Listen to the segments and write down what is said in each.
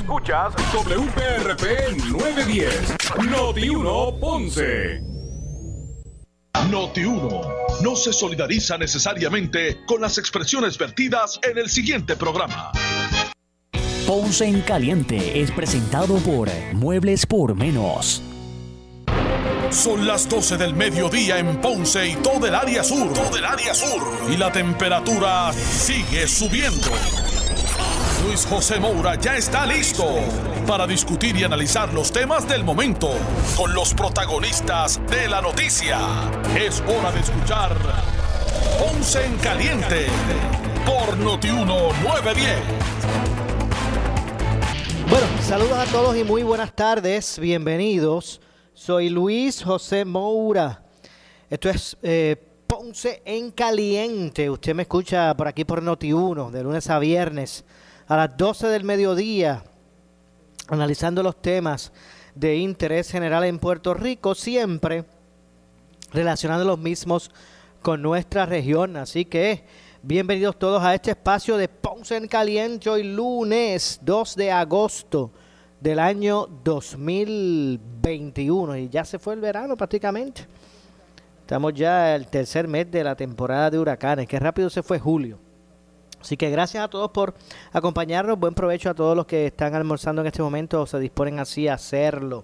Escuchas WPRP 910, Noti1 Ponce. Noti1 no se solidariza necesariamente con las expresiones vertidas en el siguiente programa. Ponce en Caliente es presentado por Muebles por Menos. Son las 12 del mediodía en Ponce y todo el área sur. Y la temperatura sigue subiendo. Luis José Moura ya está listo para discutir y analizar los temas del momento con los protagonistas de la noticia. Es hora de escuchar Ponce en Caliente por Noti1 910. Bueno, saludos a todos y muy buenas tardes. Bienvenidos. Soy Luis José Moura. Esto es Ponce en Caliente. Usted me escucha por aquí por Noti1 de lunes a viernes a las 12 del mediodía, analizando los temas de interés general en Puerto Rico, siempre relacionando los mismos con nuestra región. Así que bienvenidos todos a este espacio de Ponce en Caliente, hoy lunes 2 de agosto del año 2021. Y ya se fue el verano prácticamente. Estamos ya en el tercer mes de la temporada de huracanes. Qué rápido se fue julio. Así que gracias a todos por acompañarnos. Buen provecho a todos los que están almorzando en este momento o se disponen así a hacerlo.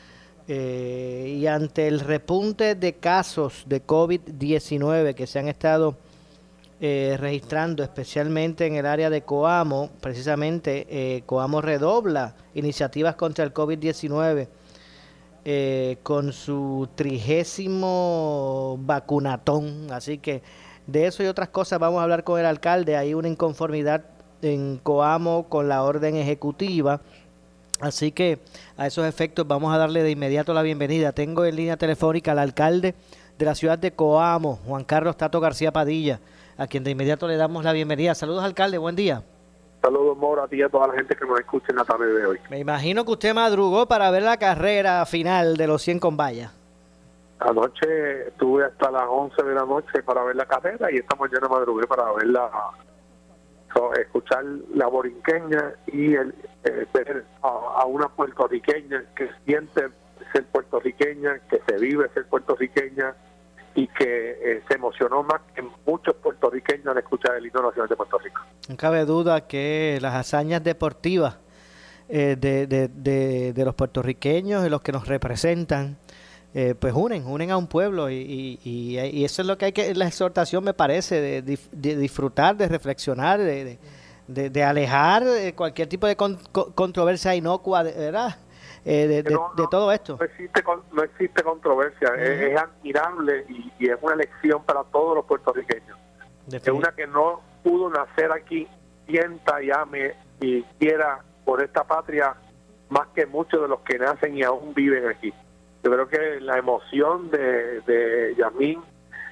Y ante el repunte de casos de COVID-19 que se han estado registrando, especialmente en el área de Coamo, precisamente Coamo redobla iniciativas contra el COVID-19 con su 30º vacunatón. Así que de eso y otras cosas vamos a hablar con el alcalde. Hay una inconformidad en Coamo con la orden ejecutiva. Así que a esos efectos vamos a darle de inmediato la bienvenida. Tengo en línea telefónica al alcalde de la ciudad de Coamo, Juan Carlos Tato García Padilla, a quien de inmediato le damos la bienvenida. Saludos, alcalde, buen día. Saludos, Mora, a ti y a toda la gente que nos escucha en la tarde de hoy. Me imagino que usted madrugó para ver la carrera final de los 100 con valla. Anoche estuve hasta las 11 de la noche para ver la carrera y esta mañana madrugué para escuchar la borinqueña y ver a una puertorriqueña que siente ser puertorriqueña, que se vive ser puertorriqueña y que se emocionó más que muchos puertorriqueños al escuchar el himno nacional de Puerto Rico. No cabe duda que las hazañas deportivas de los puertorriqueños y los que nos representan pues unen a un pueblo y eso es lo que hay que, la exhortación me parece, de disfrutar, de reflexionar, de alejar cualquier tipo de controversia inocua, ¿verdad? De todo esto. No existe controversia, es admirable y es una lección para todos los puertorriqueños. Es una que no pudo nacer aquí, sienta y ame y quiera por esta patria más que muchos de los que nacen y aún viven aquí. Yo creo que la emoción de Yamín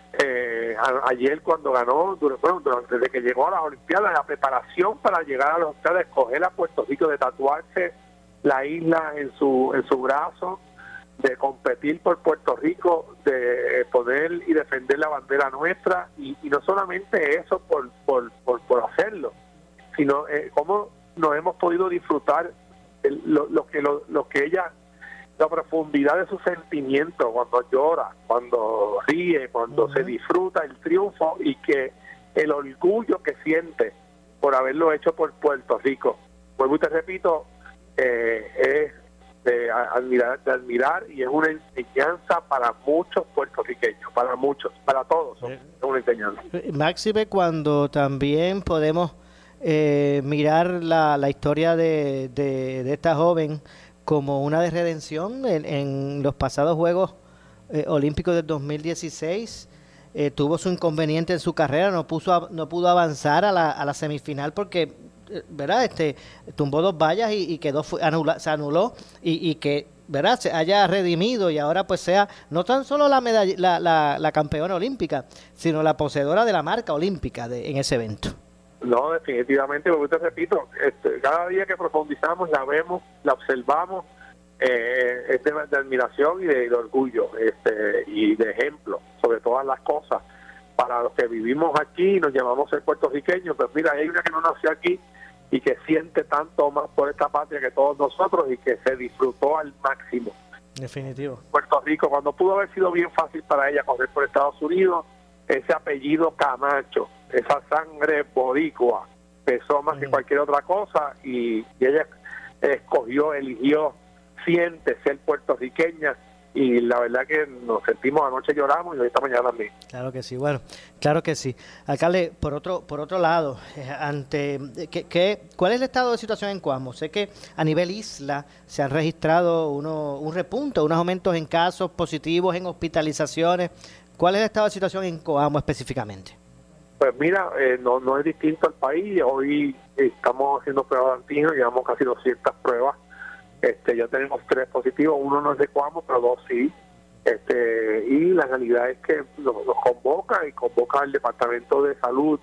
ayer cuando ganó, desde que llegó a las Olimpiadas, la preparación para llegar a las Olimpiadas, escoger a Puerto Rico, de tatuarse la isla en su brazo, de competir por Puerto Rico, de poner y defender la bandera nuestra, y no solamente eso por hacerlo, sino cómo nos hemos podido disfrutar lo que ella, la profundidad de sus sentimientos cuando llora, cuando ríe, cuando se disfruta el triunfo, y que el orgullo que siente por haberlo hecho por Puerto Rico. Vuelvo y te repito, es de admirar y es una enseñanza para muchos puertorriqueños, para muchos, para todos, es una enseñanza. Máxime cuando también podemos mirar la historia de esta joven como una de redención en los pasados Juegos Olímpicos del 2016. Tuvo su inconveniente en su carrera, no pudo avanzar a la semifinal porque, ¿verdad? Tumbó 2 vallas y quedó se anuló y que, ¿verdad?, se haya redimido y ahora pues sea no tan solo la campeona olímpica, sino la poseedora de la marca olímpica en ese evento. No, definitivamente, porque te repito, cada día que profundizamos, la vemos, la observamos, es de admiración y de orgullo, y de ejemplo sobre todas las cosas para los que vivimos aquí y nos llamamos ser puertorriqueños. Pues mira, hay una que no nació aquí y que siente tanto más por esta patria que todos nosotros y que se disfrutó al máximo. Definitivo. Puerto Rico, cuando pudo haber sido bien fácil para ella correr por Estados Unidos, ese apellido Camacho, esa sangre boricua, pesó más que cualquier otra cosa y ella eligió, siente ser puertorriqueña, y la verdad que nos sentimos, anoche lloramos y esta mañana también. Claro que sí, bueno, claro que sí. Alcalde, por otro lado, ¿cuál es el estado de situación en Coamo? Sé que a nivel isla se han registrado un repunte, unos aumentos en casos positivos, en hospitalizaciones. ¿Cuál es el estado de situación en Coamo específicamente? Pues mira, no es distinto al país. Hoy estamos haciendo pruebas de antígeno, llevamos casi 200 pruebas. Ya tenemos 3 positivos, uno no es de Coamo, pero 2 sí. Y la realidad es que nos convoca al Departamento de Salud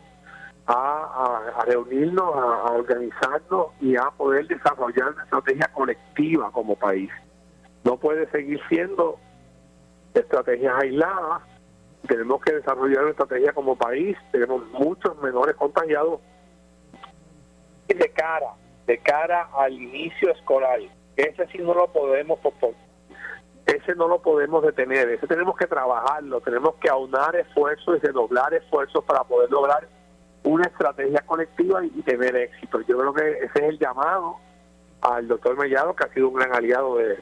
a reunirnos, a organizarnos y a poder desarrollar una estrategia colectiva como país. No puede seguir siendo estrategias aisladas. Tenemos que desarrollar una estrategia como país. Tenemos muchos menores contagiados y de cara al inicio escolar. Ese sí no lo podemos posponer. Ese no lo podemos detener. Ese tenemos que trabajarlo. Tenemos que aunar esfuerzos y redoblar esfuerzos para poder lograr una estrategia colectiva y tener éxito. Yo creo que ese es el llamado al doctor Mellado, que ha sido un gran aliado de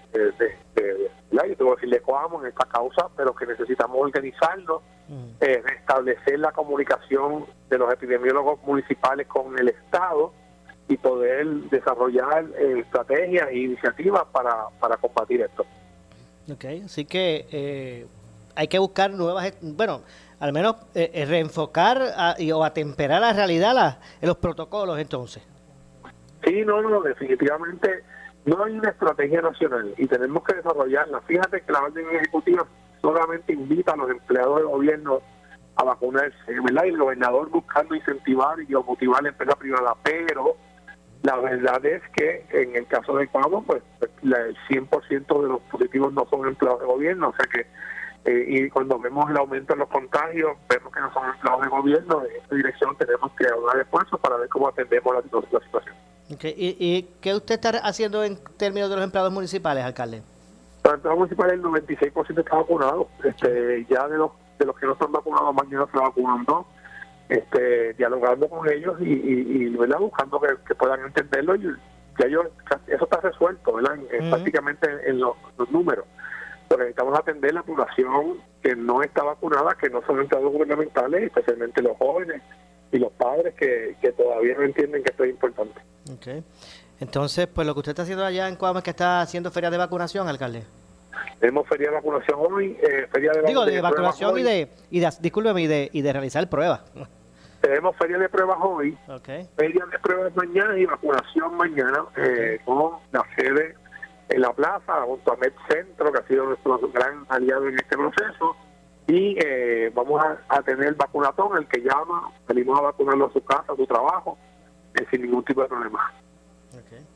yo tengo que decirle Coamo en esta causa, pero que necesitamos organizarnos, restablecer la comunicación de los epidemiólogos municipales con el Estado y poder desarrollar estrategias e iniciativas para combatir esto. Okay, así que hay que buscar nuevas, al menos reenfocar o atemperar la realidad en los protocolos entonces. Sí, no, definitivamente no hay una estrategia nacional y tenemos que desarrollarla. Fíjate que la orden ejecutiva solamente invita a los empleados del gobierno a vacunarse, ¿verdad? Y el gobernador buscando incentivar y motivar a la empresa privada, pero la verdad es que en el caso de Coamo, pues el 100% de los positivos no son empleados de gobierno, o sea que y cuando vemos el aumento en los contagios, vemos que no son empleados de gobierno. En esta dirección tenemos que dar esfuerzos para ver cómo atendemos la situación. Okay. ¿Y qué usted está haciendo en términos de los empleados municipales, alcalde? Los empleados municipales, el 96% está vacunado. Ya de los que no están vacunados, mañana se vacunan 2. Dialogando con ellos y ¿verdad? Buscando que puedan entenderlo. Y ya eso está resuelto, ¿verdad? Prácticamente en los números. Pero necesitamos atender la población que no está vacunada, que no son empleados gubernamentales, especialmente los jóvenes y los padres que todavía no entienden que esto es importante. Okay. Entonces, pues lo que usted está haciendo allá en Coamo es que está haciendo ferias de vacunación, alcalde. Tenemos feria de vacunación hoy, de vacunación y de realizar pruebas. Tenemos feria de pruebas hoy, feria de pruebas mañana y vacunación mañana, con la sede en la plaza, junto a MedCentro, que ha sido nuestro gran aliado en este proceso, y vamos a tener vacunatón, el que llama, salimos a vacunarlo a su casa, a su trabajo, sin ningún tipo de problema. Okay.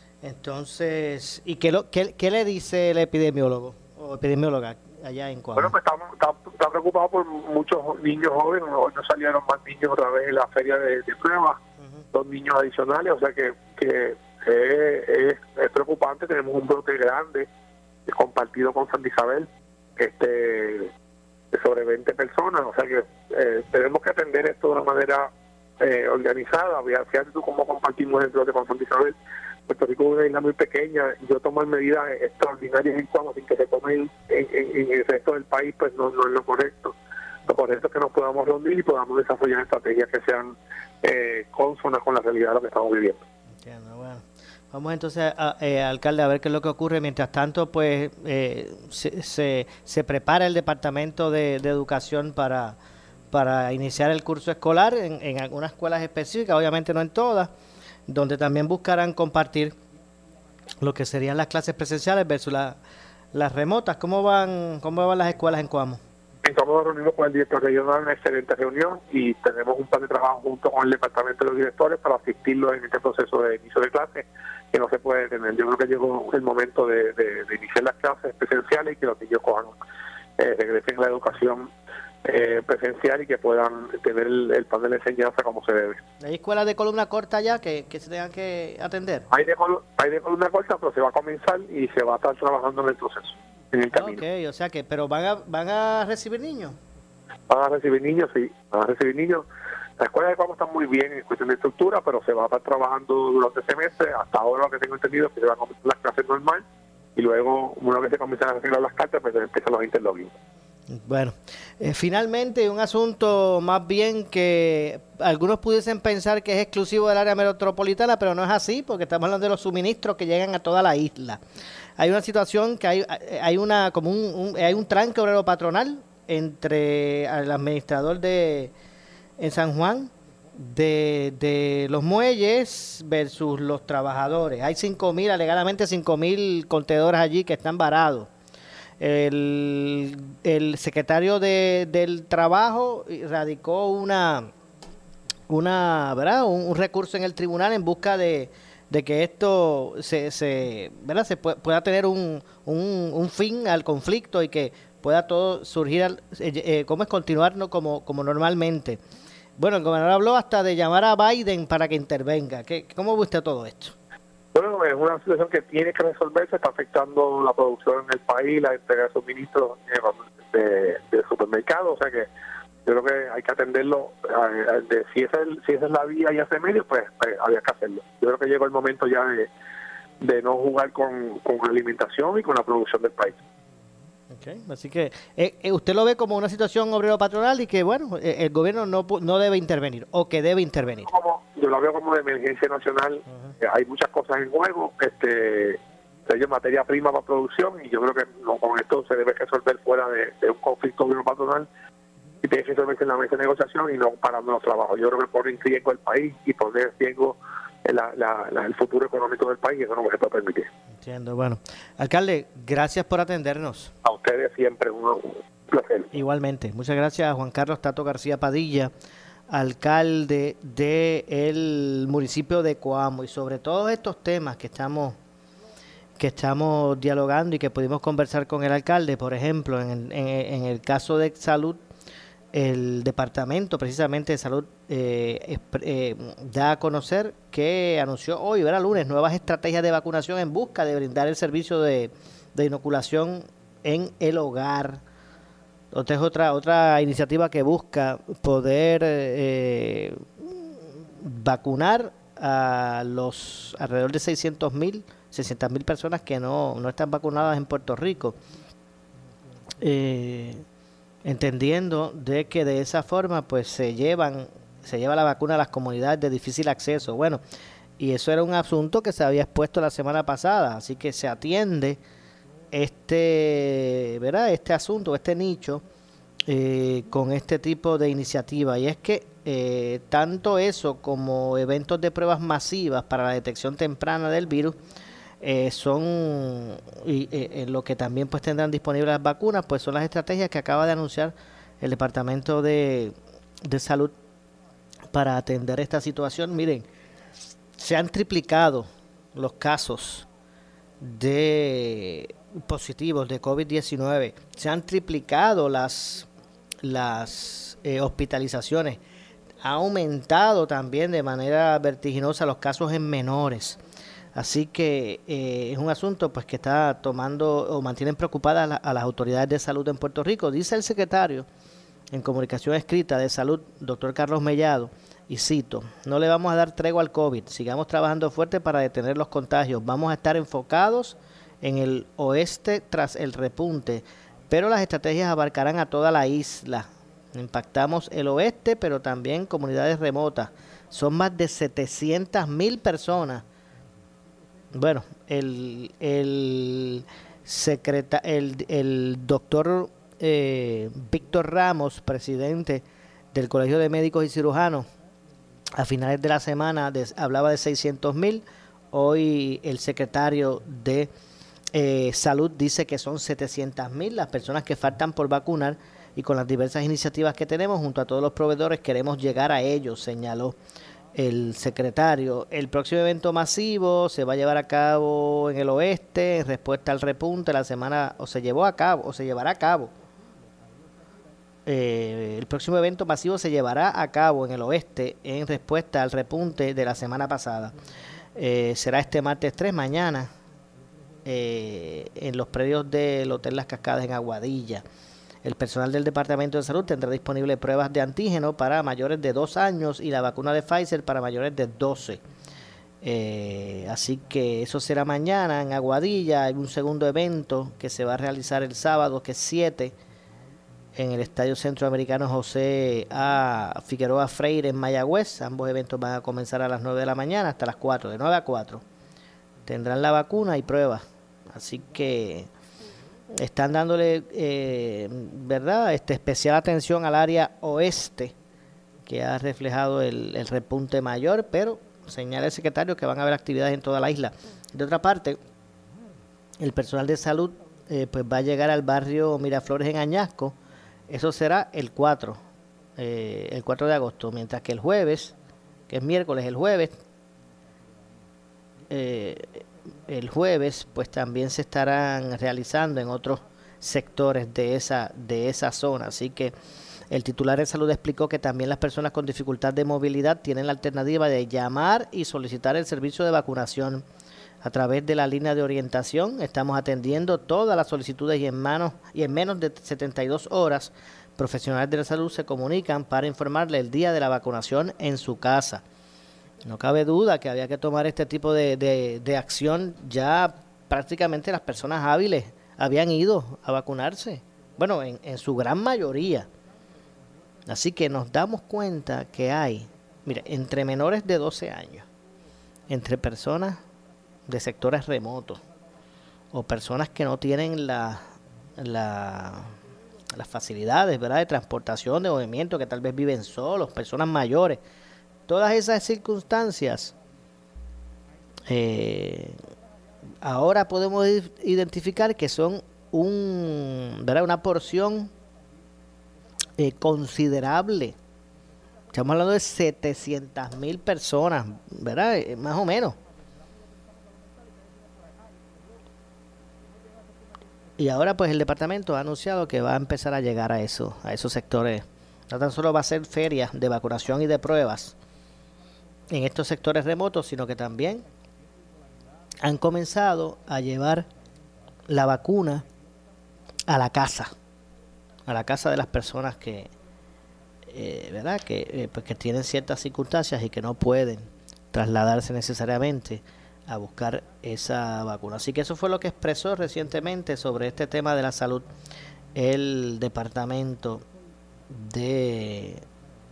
Entonces, ¿y qué le dice el epidemiólogo o epidemióloga allá en Coamo? Bueno, pues está preocupado por muchos niños jóvenes. Hoy no salieron más niños otra vez en la feria de pruebas, 2 niños adicionales, o sea que es preocupante. Tenemos un brote grande compartido con Santa Isabel, de sobre 20 personas, o sea que tenemos que atender esto de una manera organizada. Fíjate tú cómo compartimos el brote con Santa Isabel. Puerto Rico es una isla muy pequeña, yo tomar medidas extraordinarias en Coamo sin que se tomen en el resto del país, pues no es lo correcto. Lo correcto es que nos podamos reunir y podamos desarrollar estrategias que sean cónsonas con la realidad de lo que estamos viviendo. Entiendo, bueno. Vamos entonces, alcalde, a ver qué es lo que ocurre. Mientras tanto, pues se prepara el Departamento de Educación para iniciar el curso escolar en algunas escuelas específicas, obviamente no en todas, donde también buscarán compartir lo que serían las clases presenciales versus las remotas. ¿Cómo van las escuelas en Coamo? En Coamo nos reunimos con el director regional, una excelente reunión, y tenemos un plan de trabajo junto con el departamento de los directores para asistirlos en este proceso de inicio de clases, que no se puede detener. Yo creo que llegó el momento de iniciar las clases presenciales y que los niños regresen a la educación presencial y que puedan tener el panel de enseñanza como se debe. ¿Hay escuelas de columna corta ya que se tengan que atender? Hay de columna corta, pero se va a comenzar y se va a estar trabajando en el proceso, en el camino. Ok, o sea que, pero ¿van a recibir niños? Van a recibir niños, sí, van a recibir niños. La escuela de Cuamo está muy bien en cuestión de estructura, pero se va a estar trabajando durante semestre. Hasta ahora lo que tengo entendido es que se van a comenzar las clases normal y luego, una vez que se comienzan a arreglar las cartas, pues empiezan los interlogins. Bueno, finalmente un asunto más bien que algunos pudiesen pensar que es exclusivo del área metropolitana, pero no es así, porque estamos hablando de los suministros que llegan a toda la isla. Hay una situación que hay un tranque obrero patronal entre el administrador en San Juan de los muelles versus los trabajadores. Hay 5.000, alegadamente 5.000 contenedores allí que están varados. El secretario del Trabajo radicó ¿verdad? un recurso en el tribunal en busca de que esto ¿verdad? se pueda tener un fin al conflicto y que pueda todo surgir, continuar como normalmente. Bueno, el gobernador habló hasta de llamar a Biden para que intervenga. ¿Cómo ve usted todo esto? Bueno, es una situación que tiene que resolverse, está afectando la producción en el país, la entrega de suministros de supermercados, o sea que yo creo que hay que atenderlo. Si esa es la vía y hace medio, pues había que hacerlo. Yo creo que llegó el momento ya de no jugar con la alimentación y con la producción del país. Okay. Así que usted lo ve como una situación obrero patronal y que, bueno, el gobierno no debe intervenir o que debe intervenir. Yo lo veo como de emergencia nacional. Hay muchas cosas en juego. Hay materia prima para producción y yo creo que con esto se debe resolver fuera de un conflicto obrero patronal y tiene que resolverse en la mesa de negociación y no parando los trabajos. Yo creo que pone en riesgo el país y pone en riesgo el futuro económico del país y eso no se puede permitir. Entiendo. Bueno, alcalde, gracias por atendernos. A ustedes siempre un placer. Igualmente. Muchas gracias a Juan Carlos Tato García Padilla, alcalde del municipio de Coamo, y sobre todos estos temas que estamos dialogando y que pudimos conversar con el alcalde. Por ejemplo, en el caso de salud, el Departamento precisamente de Salud da a conocer que anunció hoy, lunes, nuevas estrategias de vacunación en busca de brindar el servicio de inoculación en el hogar. Otra es otra iniciativa que busca poder vacunar a los alrededor de 600.000 personas que no están vacunadas en Puerto Rico. Entendiendo de que de esa forma pues se lleva la vacuna a las comunidades de difícil acceso. Bueno, y eso era un asunto que se había expuesto la semana pasada, así que se atiende este asunto, este nicho con este tipo de iniciativa, y es que tanto eso como eventos de pruebas masivas para la detección temprana del virus son lo que también pues tendrán disponibles las vacunas, pues son las estrategias que acaba de anunciar el Departamento de Salud para atender esta situación. Miren, se han triplicado los casos de positivos de COVID-19, se han triplicado las hospitalizaciones, ha aumentado también de manera vertiginosa los casos en menores. Así que es un asunto pues que está tomando o mantienen preocupadas a las autoridades de salud en Puerto Rico. Dice el secretario en comunicación escrita de salud, doctor Carlos Mellado, y cito: no le vamos a dar tregua al COVID, sigamos trabajando fuerte para detener los contagios, vamos a estar enfocados en el oeste tras el repunte, pero las estrategias abarcarán a toda la isla. Impactamos el oeste, pero también comunidades remotas. Son más de 700.000 personas. Bueno, el doctor Víctor Ramos, presidente del Colegio de Médicos y Cirujanos, a finales de la semana hablaba de 600.000. Hoy el secretario de Salud dice que son 700.000 las personas que faltan por vacunar, y con las diversas iniciativas que tenemos junto a todos los proveedores queremos llegar a ellos, señaló el secretario. El próximo evento masivo se va a llevar a cabo en el oeste en respuesta al repunte la semana, o se llevará a cabo el próximo evento masivo se llevará a cabo en el oeste en respuesta al repunte de la semana pasada. Será este martes 3, mañana, en los predios del Hotel Las Cascadas en Aguadilla. El personal del Departamento de Salud tendrá disponible pruebas de antígeno para mayores de 2 años y la vacuna de Pfizer para mayores de 12. Así que eso será mañana en Aguadilla. Hay un segundo evento que se va a realizar el sábado, que es 7, en el Estadio Centroamericano José A. Figueroa Freire en Mayagüez. Ambos eventos van a comenzar a las 9 de la mañana hasta las 4, de 9 a 4. Tendrán la vacuna y pruebas. Así que están dándole ¿verdad? Especial atención al área oeste, que ha reflejado el repunte mayor, pero señala el secretario que van a haber actividades en toda la isla. De otra parte, el personal de salud pues va a llegar al barrio Miraflores en Añasco. Eso será el 4 de agosto, mientras que el jueves, que es miércoles, el jueves pues también se estarán realizando en otros sectores de esa zona. Así que el titular de salud explicó que también las personas con dificultad de movilidad tienen la alternativa de llamar y solicitar el servicio de vacunación a través de la línea de orientación. Estamos atendiendo todas las solicitudes y en menos de 72 horas profesionales de la salud se comunican para informarle el día de la vacunación en su casa. No cabe duda que había que tomar este tipo de acción. Ya prácticamente las personas hábiles habían ido a vacunarse, bueno, en su gran mayoría. Así que nos damos cuenta que hay, mira, entre menores de 12 años, entre personas de sectores remotos o personas que no tienen las facilidades, ¿verdad?, de transportación, de movimiento, que tal vez viven solos, personas mayores, todas esas circunstancias, ahora podemos identificar que son una porción considerable. Estamos hablando de 700,000 personas, ¿verdad? Más o menos. Y ahora pues el departamento ha anunciado que va a empezar a llegar a esos sectores. No tan solo va a ser ferias de vacunación y de pruebas en estos sectores remotos, sino que también han comenzado a llevar la vacuna a la casa de las personas que ¿verdad?, que tienen ciertas circunstancias y que no pueden trasladarse necesariamente a buscar esa vacuna. Así que eso fue lo que expresó recientemente sobre este tema de la salud el Departamento de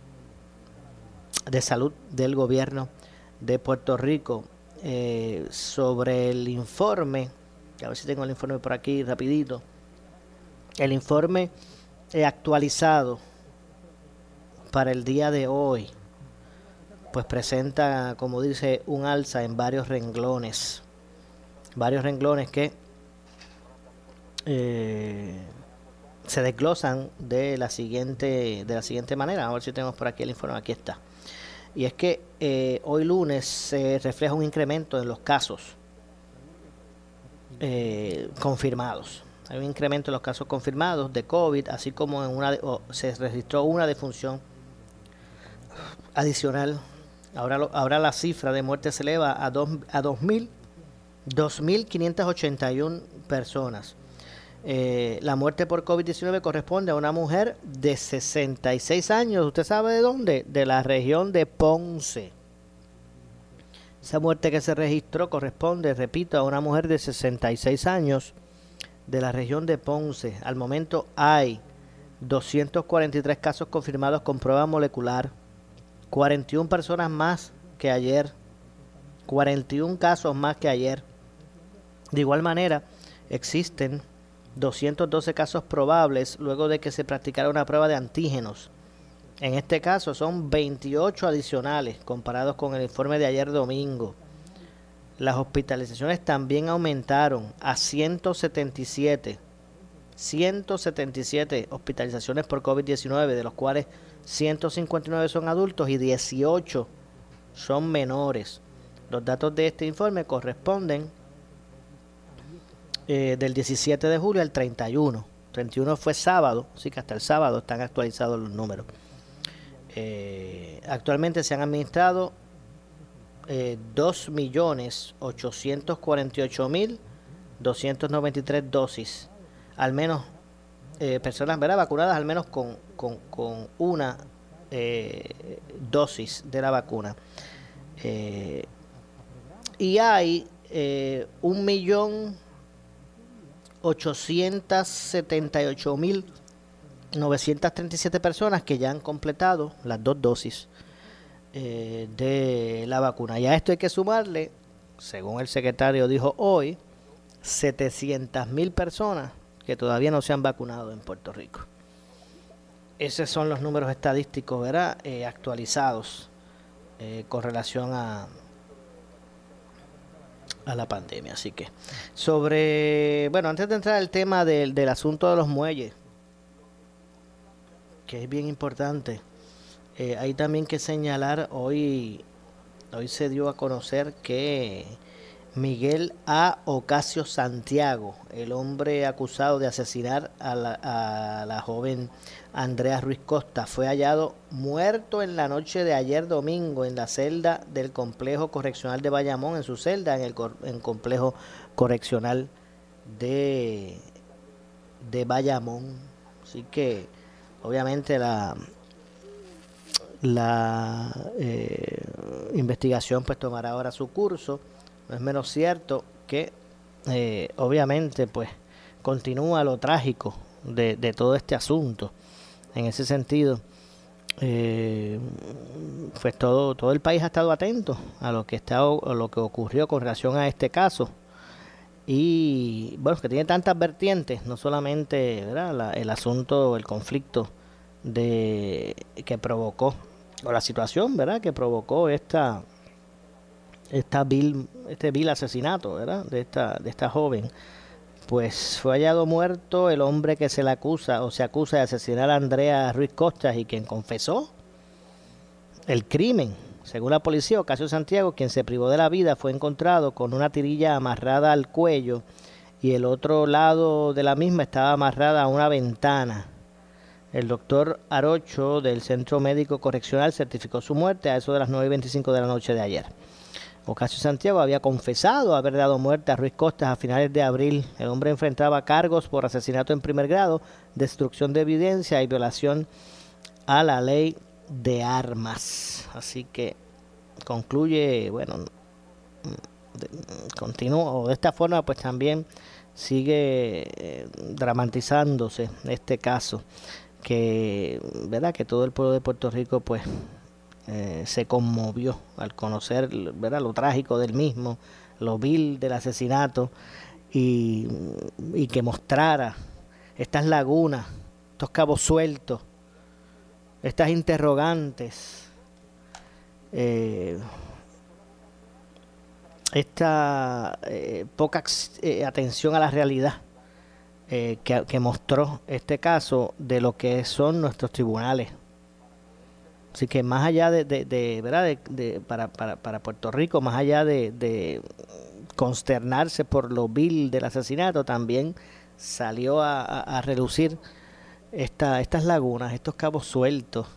Salud del Gobierno de Puerto Rico. Sobre el informe, a ver si tengo el informe por aquí rapidito. El informe actualizado para el día de hoy pues presenta, como dice, un alza en varios renglones que se desglosan de la siguiente manera. A ver si tenemos por aquí el informe. Aquí está. Y es que hoy lunes se refleja un incremento en los casos confirmados. Hay un incremento en los casos confirmados de COVID, así como se registró una defunción adicional. Ahora la cifra de muertes se eleva a 2.581 personas. La muerte por COVID-19 corresponde a una mujer de 66 años. ¿Usted sabe de dónde? De la región de Ponce. Esa muerte que se registró corresponde, repito, a una mujer de 66 años de la región de Ponce. Al momento hay 243 casos confirmados con prueba molecular, 41 personas más que ayer, 41 casos más que ayer. De igual manera, existen 212 casos probables luego de que se practicara una prueba de antígenos. En este caso son 28 adicionales comparados con el informe de ayer domingo. Las hospitalizaciones también aumentaron a 177 hospitalizaciones por COVID-19, de los cuales 159 son adultos y 18 son menores. Los datos de este informe corresponden del 17 de julio al 31. Usted 31 fue sábado, así que hasta el sábado están actualizados los números. Actualmente se han administrado 2.848.293 dosis, al menos personas, ¿verdad?, vacunadas al menos con una dosis de la vacuna. Y hay 1.878.937 personas que ya han completado las 2 dosis de la vacuna. Y a esto hay que sumarle, según el secretario dijo hoy, 700.000 personas que todavía no se han vacunado en Puerto Rico. Esos son los números estadísticos, ¿verdad?, actualizados con relación a la pandemia. Así que antes de entrar al tema del asunto de los muelles, que es bien importante, hay también que señalar, hoy se dio a conocer que Miguel A. Ocasio Santiago, el hombre acusado de asesinar a la joven Andrea Ruiz Costa, fue hallado muerto en la noche de ayer domingo en la celda del complejo correccional de Bayamón, en su celda en el complejo correccional de Bayamón. Así que obviamente la investigación pues tomará ahora su curso. No es menos cierto que obviamente pues continúa lo trágico de todo este asunto. En ese sentido, pues todo el país ha estado atento a lo que ocurrió con relación a este caso. Y bueno, que tiene tantas vertientes, no solamente, ¿verdad?, el asunto, el conflicto que provocó, o la situación, ¿verdad?, que provocó este vil asesinato, ¿verdad?, de esta joven. Pues fue hallado muerto el hombre que se acusa de asesinar a Andrea Ruiz Costa y quien confesó el crimen. Según la policía, Ocasio Santiago, quien se privó de la vida, fue encontrado con una tirilla amarrada al cuello y el otro lado de la misma estaba amarrada a una ventana. El doctor Arocho del Centro Médico Correccional certificó su muerte a eso de las 9:25 de la noche de ayer. Ocasio Santiago había confesado haber dado muerte a Ruiz Costas a finales de abril. El hombre enfrentaba cargos por asesinato en primer grado, destrucción de evidencia y violación a la ley de armas. Así que concluye, continúa, de esta forma pues también sigue dramatizándose este caso, que todo el pueblo de Puerto Rico pues se conmovió al conocer, ¿verdad?, lo trágico del mismo, lo vil del asesinato, y que mostrara estas lagunas, estos cabos sueltos, estas interrogantes, esta poca atención a la realidad que mostró este caso de lo que son nuestros tribunales. Así que más allá para Puerto Rico, más allá de consternarse por lo vil del asesinato, también salió a relucir estas lagunas, estos cabos sueltos,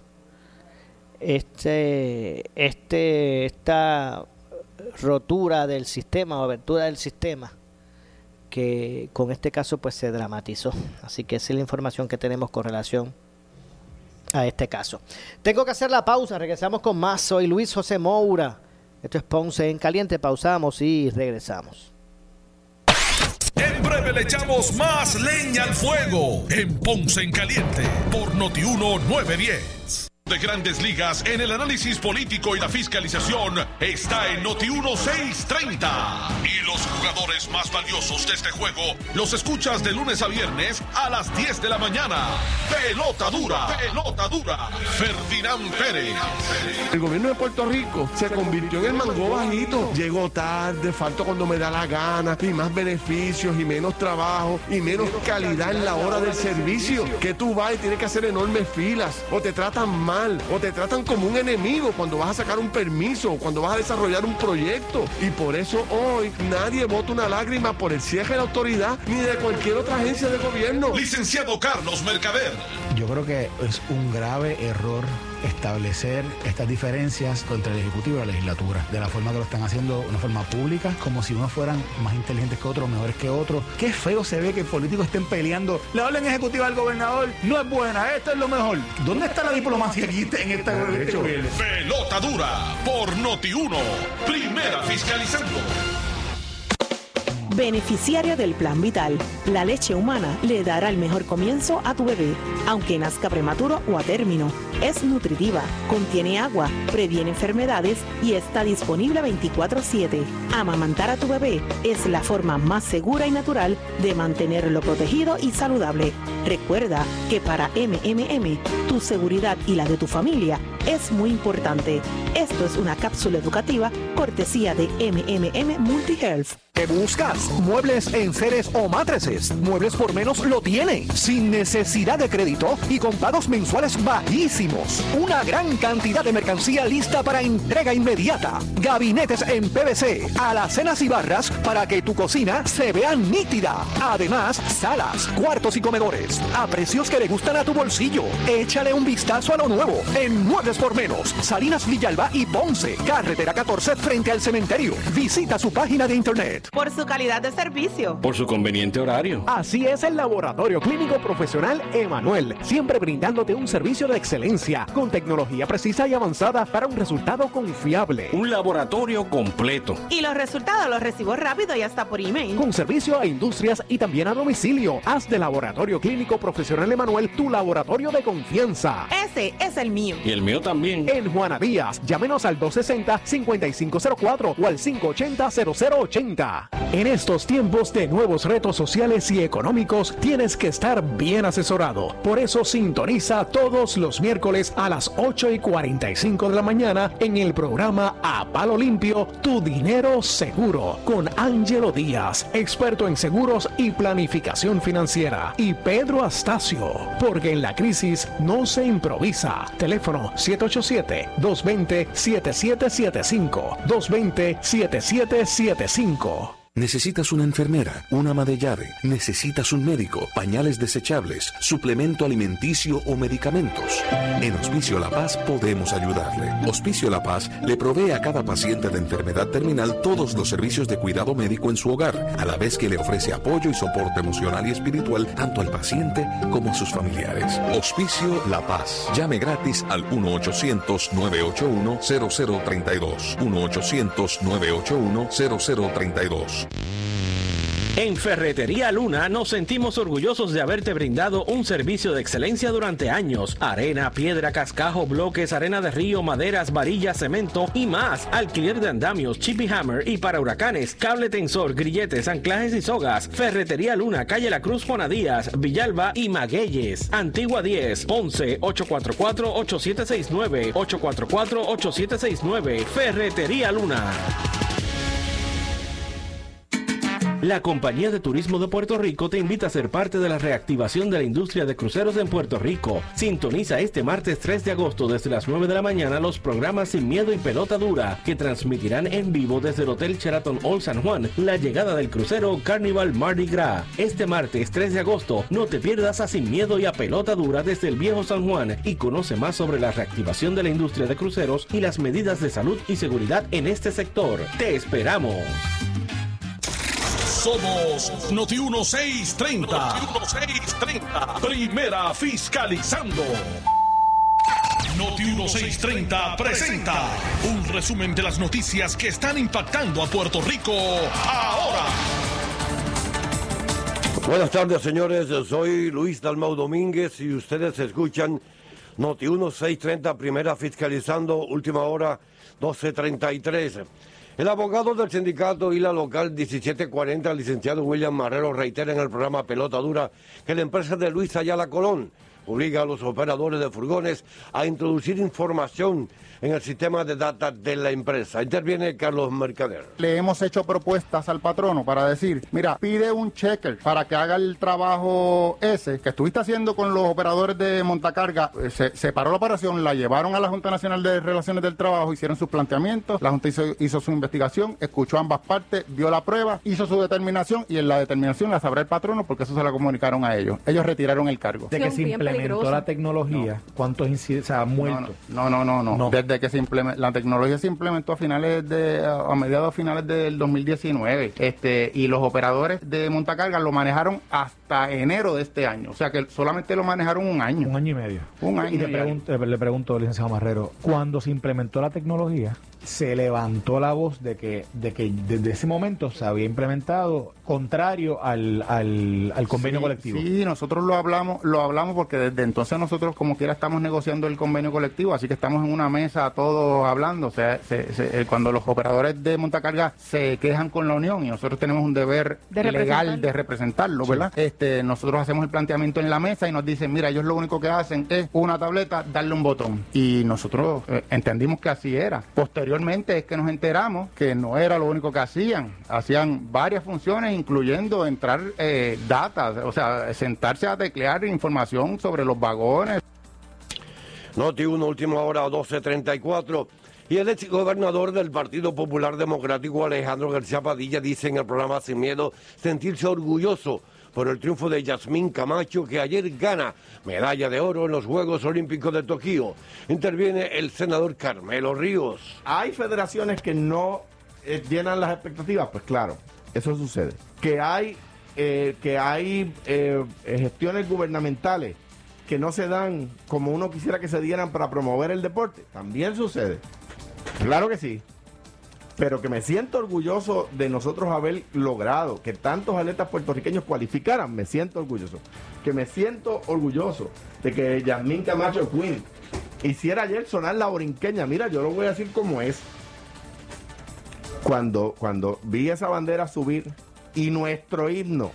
esta rotura del sistema o abertura del sistema que con este caso pues se dramatizó. Así que esa es la información que tenemos con relación a este caso. Tengo que hacer la pausa, regresamos con más. Soy Luis José Moura, esto es Ponce en Caliente. Pausamos y regresamos. En breve le echamos más leña al fuego en Ponce en Caliente por Noti1 910. De Grandes Ligas en el análisis político y la fiscalización está en Noti1 630. Y los jugadores más valiosos de este juego los escuchas de lunes a viernes a las 10 de la mañana. Pelota dura, pelota dura. Ferdinand Pérez. El gobierno de Puerto Rico se convirtió en el mango bajito. Llegó tarde, faltó cuando me da la gana, y más beneficios y menos trabajo y menos calidad en la hora del servicio. Que tú vas y tienes que hacer enormes filas o te tratan mal mal o te tratan como un enemigo cuando vas a sacar un permiso o cuando vas a desarrollar un proyecto. Y por eso hoy nadie bota una lágrima por el cierre de la autoridad ni de cualquier otra agencia de gobierno. Licenciado Carlos Mercader. Yo creo que es un grave error establecer estas diferencias entre el Ejecutivo y la Legislatura, de la forma que lo están haciendo, una forma pública, como si unos fueran más inteligentes que otros, mejores que otros. Qué feo se ve que políticos estén peleando. La orden ejecutiva del gobernador no es buena, esto es lo mejor. ¿Dónde está la diplomacia aquí en esta gobierno? Pelota dura por Noti1, primera fiscalizando. Beneficiario del Plan Vital, la leche humana le dará el mejor comienzo a tu bebé, aunque nazca prematuro o a término. Es nutritiva, contiene agua, previene enfermedades y está disponible 24/7. Amamantar a tu bebé es la forma más segura y natural de mantenerlo protegido y saludable. Recuerda que para MMM, tu seguridad y la de tu familia es muy importante. Esto es una cápsula educativa cortesía de MMM MultiHealth. ¿Qué buscas? ¿Muebles, enseres o matrices? Muebles por Menos lo tiene, sin necesidad de crédito y con pagos mensuales bajísimos. Una gran cantidad de mercancía lista para entrega inmediata. Gabinetes en PVC, alacenas y barras para que tu cocina se vea nítida. Además, salas, cuartos y comedores a precios que le gustan a tu bolsillo. Échale un vistazo a lo nuevo en Muebles por Menos, Salinas, Villalba y Ponce, carretera 14 frente al cementerio. Visita su página de internet. Por su calidad de servicio. Por su conveniente horario. Así es el Laboratorio Clínico Profesional Emanuel, siempre brindándote un servicio de excelencia, con tecnología precisa y avanzada para un resultado confiable. Un laboratorio completo. Y los resultados los recibo rápido y hasta por email. Con servicio a industrias y también a domicilio. Haz de Laboratorio Clínico Profesional Emanuel tu laboratorio de confianza. Ese es el mío. Y el mío también. En Juana Díaz, llámenos al 260-5504 o al 580-0080. En estos tiempos de nuevos retos sociales y económicos, tienes que estar bien asesorado. Por eso sintoniza todos los miércoles a las 8:45 de la mañana en el programa A Palo Limpio, Tu Dinero Seguro, con Ángelo Díaz, experto en seguros y planificación financiera, y Pedro Astacio, porque en la crisis no se improvisa. Teléfono 787-220-7775, 220-7775. ¿Necesitas una enfermera, una ama de llave? ¿Necesitas un médico, pañales desechables, suplemento alimenticio o medicamentos? En Hospicio La Paz podemos ayudarle. Hospicio La Paz le provee a cada paciente de enfermedad terminal todos los servicios de cuidado médico en su hogar, a la vez que le ofrece apoyo y soporte emocional y espiritual tanto al paciente como a sus familiares. Hospicio La Paz. Llame gratis al 1-800-981-0032. 1-800-981-0032. En Ferretería Luna nos sentimos orgullosos de haberte brindado un servicio de excelencia durante años. Arena, piedra, cascajo, bloques, arena de río, maderas, varillas, cemento y más. Alquiler de andamios, chip y hammer y para huracanes, cable tensor, grilletes, anclajes y sogas. Ferretería Luna, calle La Cruz, Juana Díaz, Villalba y Magueyes. Antigua 10, Ponce, 844-8769, 844-8769. Ferretería Luna. La Compañía de Turismo de Puerto Rico te invita a ser parte de la reactivación de la industria de cruceros en Puerto Rico. Sintoniza este martes 3 de agosto desde las 9 de la mañana los programas Sin Miedo y Pelota Dura, que transmitirán en vivo desde el Hotel Sheraton Old San Juan la llegada del crucero Carnival Mardi Gras. Este martes 3 de agosto no te pierdas a Sin Miedo y a Pelota Dura desde el Viejo San Juan y conoce más sobre la reactivación de la industria de cruceros y las medidas de salud y seguridad en este sector. ¡Te esperamos! Somos Noti1 630. Noti1 630. Primera fiscalizando. Noti1 630 presenta un resumen de las noticias que están impactando a Puerto Rico ahora. Buenas tardes, señores. Soy Luis Dalmau Domínguez y ustedes escuchan Noti1 630, primera fiscalizando, última hora 12:33. El abogado del sindicato ILA Local 1740, licenciado William Marrero, reitera en el programa Pelota Dura que la empresa de Luis Ayala Colón obliga a los operadores de furgones a introducir información en el sistema de data de la empresa. Interviene Carlos Mercader. Le hemos hecho propuestas al patrono para decir, mira, pide un checker para que haga el trabajo ese que estuviste haciendo con los operadores de montacarga. Se paró la operación, la llevaron a la Junta Nacional de Relaciones del Trabajo, hicieron sus planteamientos, la Junta hizo su investigación, escuchó ambas partes, vio la prueba, hizo su determinación y en la determinación la sabrá el patrono porque eso se la comunicaron a ellos. Ellos retiraron el cargo. De que se implementó la tecnología, ¿cuántos incidentes han muerto? No. Desde que la tecnología se implementó a mediados finales del 2019, y los operadores de montacarga lo manejaron hasta enero de este año, o sea que solamente lo manejaron un año. Un año y medio. Y le pregunto, licenciado Marrero, cuando se implementó la tecnología, se levantó la voz de que desde ese momento se había implementado contrario al convenio colectivo. Sí, nosotros lo hablamos porque desde entonces nosotros como quiera estamos negociando el convenio colectivo, así que estamos en una mesa todos hablando, o sea, cuando los operadores de montacarga se quejan con la unión y nosotros tenemos un deber legal de representarlo, ¿verdad? Nosotros hacemos el planteamiento en la mesa y nos dicen, mira, ellos lo único que hacen es una tableta, darle un botón, y nosotros entendimos que así era. Posteriormente es que nos enteramos que no era lo único que hacían varias funciones, incluyendo entrar data, o sea, sentarse a teclear información sobre los vagones. Noti1, última hora, 12:34. Y el ex gobernador del Partido Popular Democrático, Alejandro García Padilla, dice en el programa Sin Miedo sentirse orgulloso por el triunfo de Yasmín Camacho, que ayer gana medalla de oro en los Juegos Olímpicos de Tokio. Interviene el senador Carmelo Ríos. ¿Hay federaciones que no llenan las expectativas? Pues claro, eso sucede. Que hay gestiones gubernamentales que no se dan como uno quisiera que se dieran para promover el deporte, también sucede. Claro que sí. Pero que me siento orgulloso de nosotros haber logrado que tantos atletas puertorriqueños cualificaran, me siento orgulloso. Que me siento orgulloso de que Yasmín Camacho Quinn hiciera ayer sonar la borinqueña. Mira, yo lo voy a decir como es. Cuando vi esa bandera subir y nuestro himno,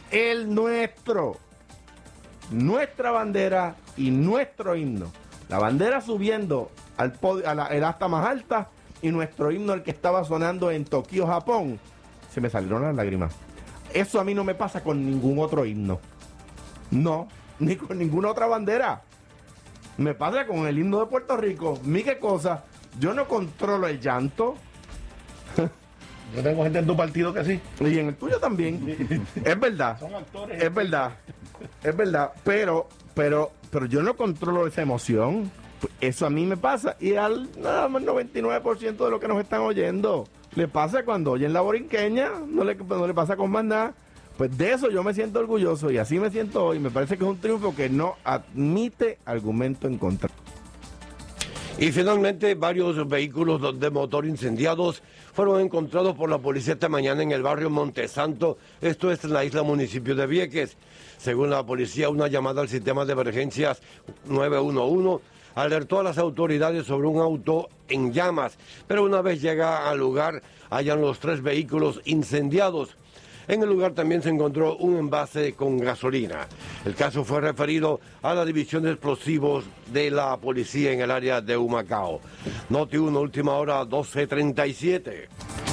nuestra bandera y nuestro himno, la bandera subiendo al podio, el asta más alta, y nuestro himno, el que estaba sonando en Tokio, Japón, se me salieron las lágrimas. Eso a mí no me pasa con ningún otro himno. No, ni con ninguna otra bandera. Me pasa con el himno de Puerto Rico. ¿Qué cosa? Yo no controlo el llanto. Yo tengo gente en tu partido que sí. Y en el tuyo también. Es verdad. Son actores. Es verdad. Pero yo no controlo esa emoción. Eso a mí me pasa. Y nada más 99% de los que nos están oyendo le pasa cuando oyen la borinqueña. No le pasa con más nada. Pues de eso yo me siento orgulloso y así me siento hoy. Me parece que es un triunfo que no admite argumento en contra. Y finalmente, varios vehículos de motor incendiados fueron encontrados por la policía esta mañana en el barrio Montesanto, esto es en la isla municipio de Vieques. Según la policía, una llamada al sistema de emergencias 911 alertó a las autoridades sobre un auto en llamas, pero una vez llega al lugar, hallan los 3 vehículos incendiados. En el lugar también se encontró un envase con gasolina. El caso fue referido a la División de Explosivos de la policía en el área de Humacao. Noti1, última hora, 12:37.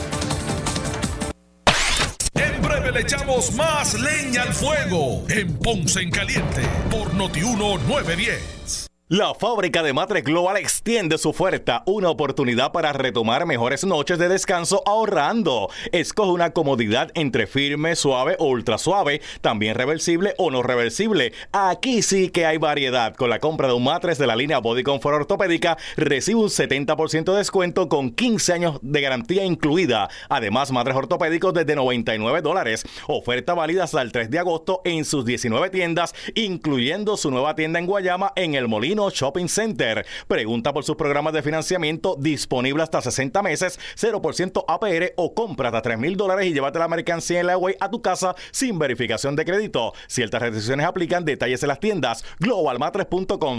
En breve le echamos más leña al fuego en Ponce en Caliente por Noti1 910. La fábrica de Matres Global extiende su oferta, una oportunidad para retomar mejores noches de descanso ahorrando. Escoge una comodidad entre firme, suave o ultra suave, también reversible o no reversible. Aquí sí que hay variedad. Con la compra de un matres de la línea Body Comfort Ortopédica, recibe un 70% de descuento con 15 años de garantía incluida. Además, matres ortopédicos desde $99. Oferta válida hasta el 3 de agosto en sus 19 tiendas, incluyendo su nueva tienda en Guayama en El Molino Shopping Center. Pregunta por sus programas de financiamiento disponible hasta 60 meses, 0% APR o compra hasta $3,000 y llévate la mercancía en la web a tu casa sin verificación de crédito. Ciertas restricciones aplican, detalles en las tiendas. Globalmatres.com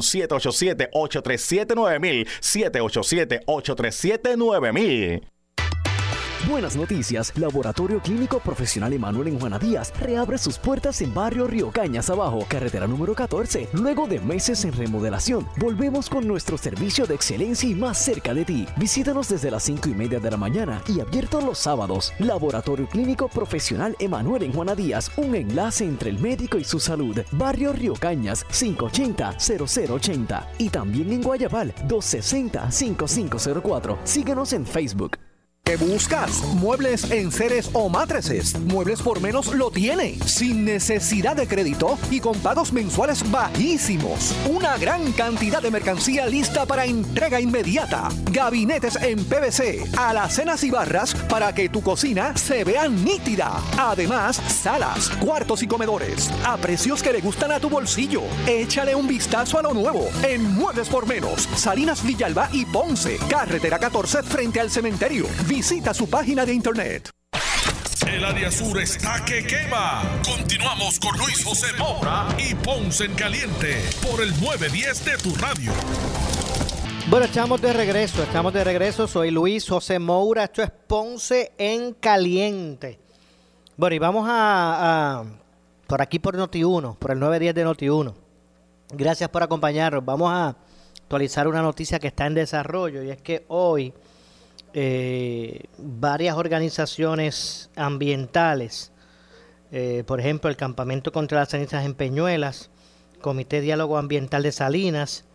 787-837-9000 787-837-9000. Buenas noticias, Laboratorio Clínico Profesional Emanuel en Juana Díaz reabre sus puertas en barrio Río Cañas Abajo, carretera número 14. Luego de meses en remodelación, volvemos con nuestro servicio de excelencia y más cerca de ti. Visítanos desde las 5:30 de la mañana y abierto los sábados. Laboratorio Clínico Profesional Emanuel en Juana Díaz, un enlace entre el médico y su salud. Barrio Río Cañas, 580-0080. Y también en Guayabal, 260-5504. Síguenos en Facebook. ¿Qué buscas? ¿Muebles, enseres o matrices? Muebles por Menos lo tiene, sin necesidad de crédito y con pagos mensuales bajísimos. Una gran cantidad de mercancía lista para entrega inmediata. Gabinetes en PVC, alacenas y barras para que tu cocina se vea nítida. Además, salas, cuartos y comedores a precios que le gustan a tu bolsillo. Échale un vistazo a lo nuevo en Muebles por Menos, Salinas, Villalba y Ponce, carretera 14 frente al cementerio. Visita su página de internet. El área sur está que quema. Continuamos con Luis José Moura y Ponce en Caliente por el 910 de tu radio. Bueno, estamos de regreso. Soy Luis José Moura. Esto es Ponce en Caliente. Bueno, y vamos a por aquí por Noti1, por el 910 de Noti1. Gracias por acompañarnos. Vamos a actualizar una noticia que está en desarrollo y es que hoy varias organizaciones ambientales, por ejemplo el Campamento contra las Cenizas en Peñuelas, Comité Diálogo Ambiental de Salinas,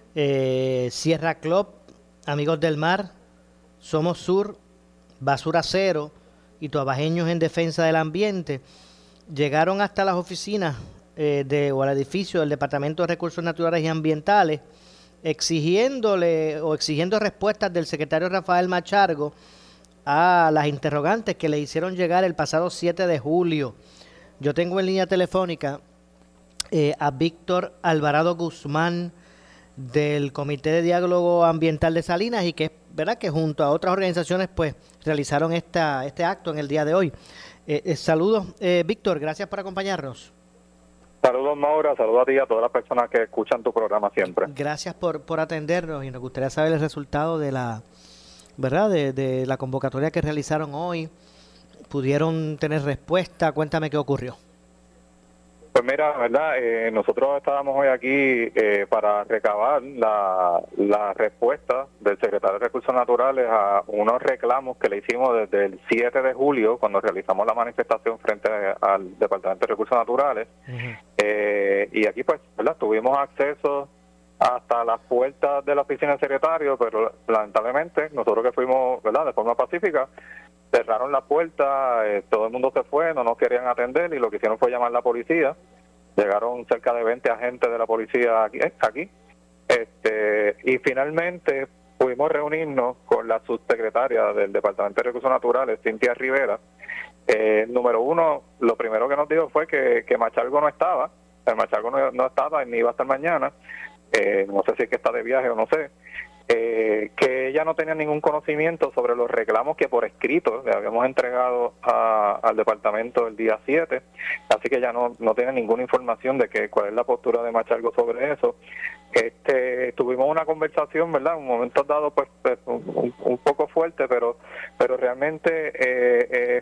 Sierra Club, Amigos del Mar, Somos Sur, Basura Cero y Tuabajeños en Defensa del Ambiente, llegaron hasta las oficinas o al edificio del Departamento de Recursos Naturales y Ambientales, exigiendo respuestas del secretario Rafael Machargo a las interrogantes que le hicieron llegar el pasado 7 de julio. Yo tengo en línea telefónica a Víctor Alvarado Guzmán del Comité de Diálogo Ambiental de Salinas y que verdad que junto a otras organizaciones pues realizaron este acto en el día de hoy. Saludos, Víctor, gracias por acompañarnos. Saludos, Maura, saludos a ti y a todas las personas que escuchan tu programa siempre. Gracias por atendernos y nos gustaría saber el resultado de la de la convocatoria que realizaron hoy. ¿Pudieron tener respuesta? Cuéntame qué ocurrió. Pues mira, verdad, nosotros estábamos hoy aquí para recabar la respuesta del secretario de Recursos Naturales a unos reclamos que le hicimos desde el 7 de julio, cuando realizamos la manifestación frente al Departamento de Recursos Naturales. Y aquí, pues, ¿verdad? Tuvimos acceso hasta las puertas de la oficina del secretario, pero lamentablemente nosotros que fuimos, ¿verdad?, de forma pacífica, cerraron la puerta, todo el mundo se fue, no nos querían atender y lo que hicieron fue llamar a la policía. Llegaron cerca de 20 agentes de la policía aquí. Y finalmente pudimos reunirnos con la subsecretaria del Departamento de Recursos Naturales, Cintia Rivera. Número uno, lo primero que nos dijo fue que Machargo no estaba, el Machargo no estaba ni iba a estar mañana, no sé si es que está de viaje o no sé. Que ella no tenía ningún conocimiento sobre los reclamos que por escrito le habíamos entregado al departamento el día 7, así que ella no tiene ninguna información de cuál es la postura de Machargo sobre eso. Tuvimos una conversación, ¿verdad? Un momento dado pues un poco fuerte, pero realmente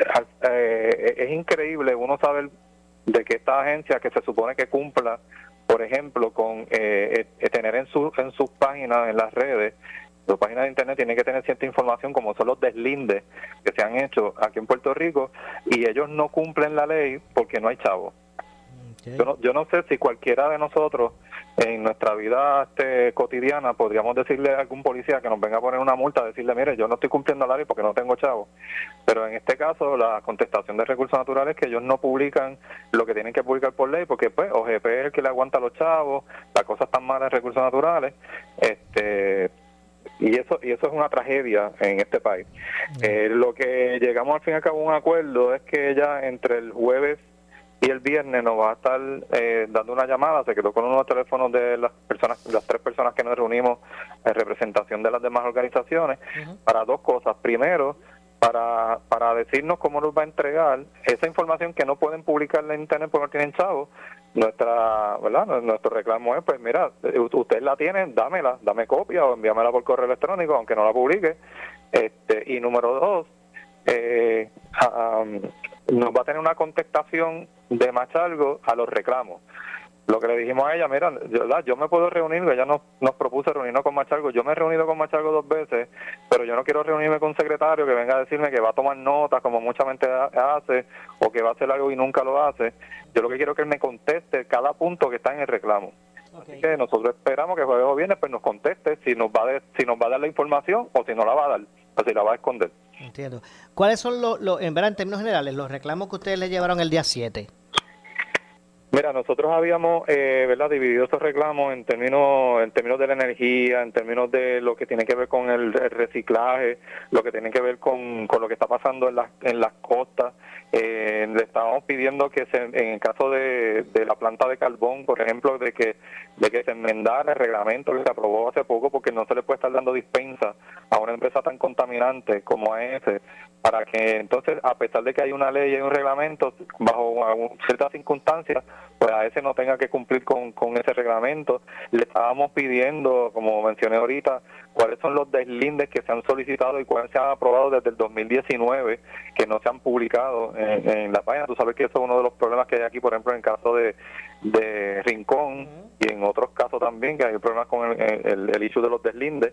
es increíble uno saber de que esta agencia que se supone que cumpla, por ejemplo, con tener en sus páginas, en las redes, sus páginas de internet, tienen que tener cierta información como son los deslindes que se han hecho aquí en Puerto Rico y ellos no cumplen la ley porque no hay chavos. Okay. Yo no sé si cualquiera de nosotros en nuestra vida cotidiana podríamos decirle a algún policía que nos venga a poner una multa, decirle, mire, yo no estoy cumpliendo la ley porque no tengo chavos. Pero en este caso la contestación de Recursos Naturales es que ellos no publican lo que tienen que publicar por ley porque pues OGP es el que le aguanta a los chavos, las cosas están malas en Recursos Naturales. Y eso es una tragedia en este país. Lo que llegamos al fin y al cabo a un acuerdo es que ella entre el jueves y el viernes nos va a estar dando una llamada. Se quedó con unos teléfonos de las tres personas que nos reunimos en representación de las demás organizaciones, para dos cosas. Primero, para decirnos cómo nos va a entregar esa información que no pueden publicarla en internet porque no tienen chavos. Nuestro reclamo es, pues mira, ustedes la tienen, dame copia o envíamela por correo electrónico, aunque no la publique. Y número dos, nos va a tener una contestación de Machalgo a los reclamos. Lo que le dijimos a ella, mira, yo me puedo reunir, ella nos propuso reunirnos con Machalgo, yo me he reunido con Machalgo 2 veces, pero yo no quiero reunirme con un secretario que venga a decirme que va a tomar notas como mucha gente hace, o que va a hacer algo y nunca lo hace. Yo lo que quiero es que él me conteste cada punto que está en el reclamo. Okay. Así que nosotros esperamos que jueves o viernes pues nos conteste si nos va a dar la información o si no la va a dar, o si la va a esconder. Entiendo. ¿Cuáles son en verdad, en términos generales, los reclamos que ustedes le llevaron el día 7? Mira, nosotros habíamos dividido estos reclamos en términos de la energía, en términos de lo que tiene que ver con el reciclaje, lo que tiene que ver con lo que está pasando en las costas. Le estábamos pidiendo que en el caso de la planta de carbón, por ejemplo, de que se enmendara el reglamento que se aprobó hace poco, porque no se le puede estar dando dispensa a una empresa tan contaminante como AES, para que entonces, a pesar de que hay una ley y un reglamento, bajo ciertas circunstancias, pues AES no tenga que cumplir con ese reglamento. Le estábamos pidiendo, como mencioné ahorita, cuáles son los deslindes que se han solicitado y cuáles se han aprobado desde el 2019, que no se han publicado en la página. Tú sabes que eso es uno de los problemas que hay aquí, por ejemplo, en el caso de Rincón, y en otros casos también, que hay problemas con el issue de los deslindes.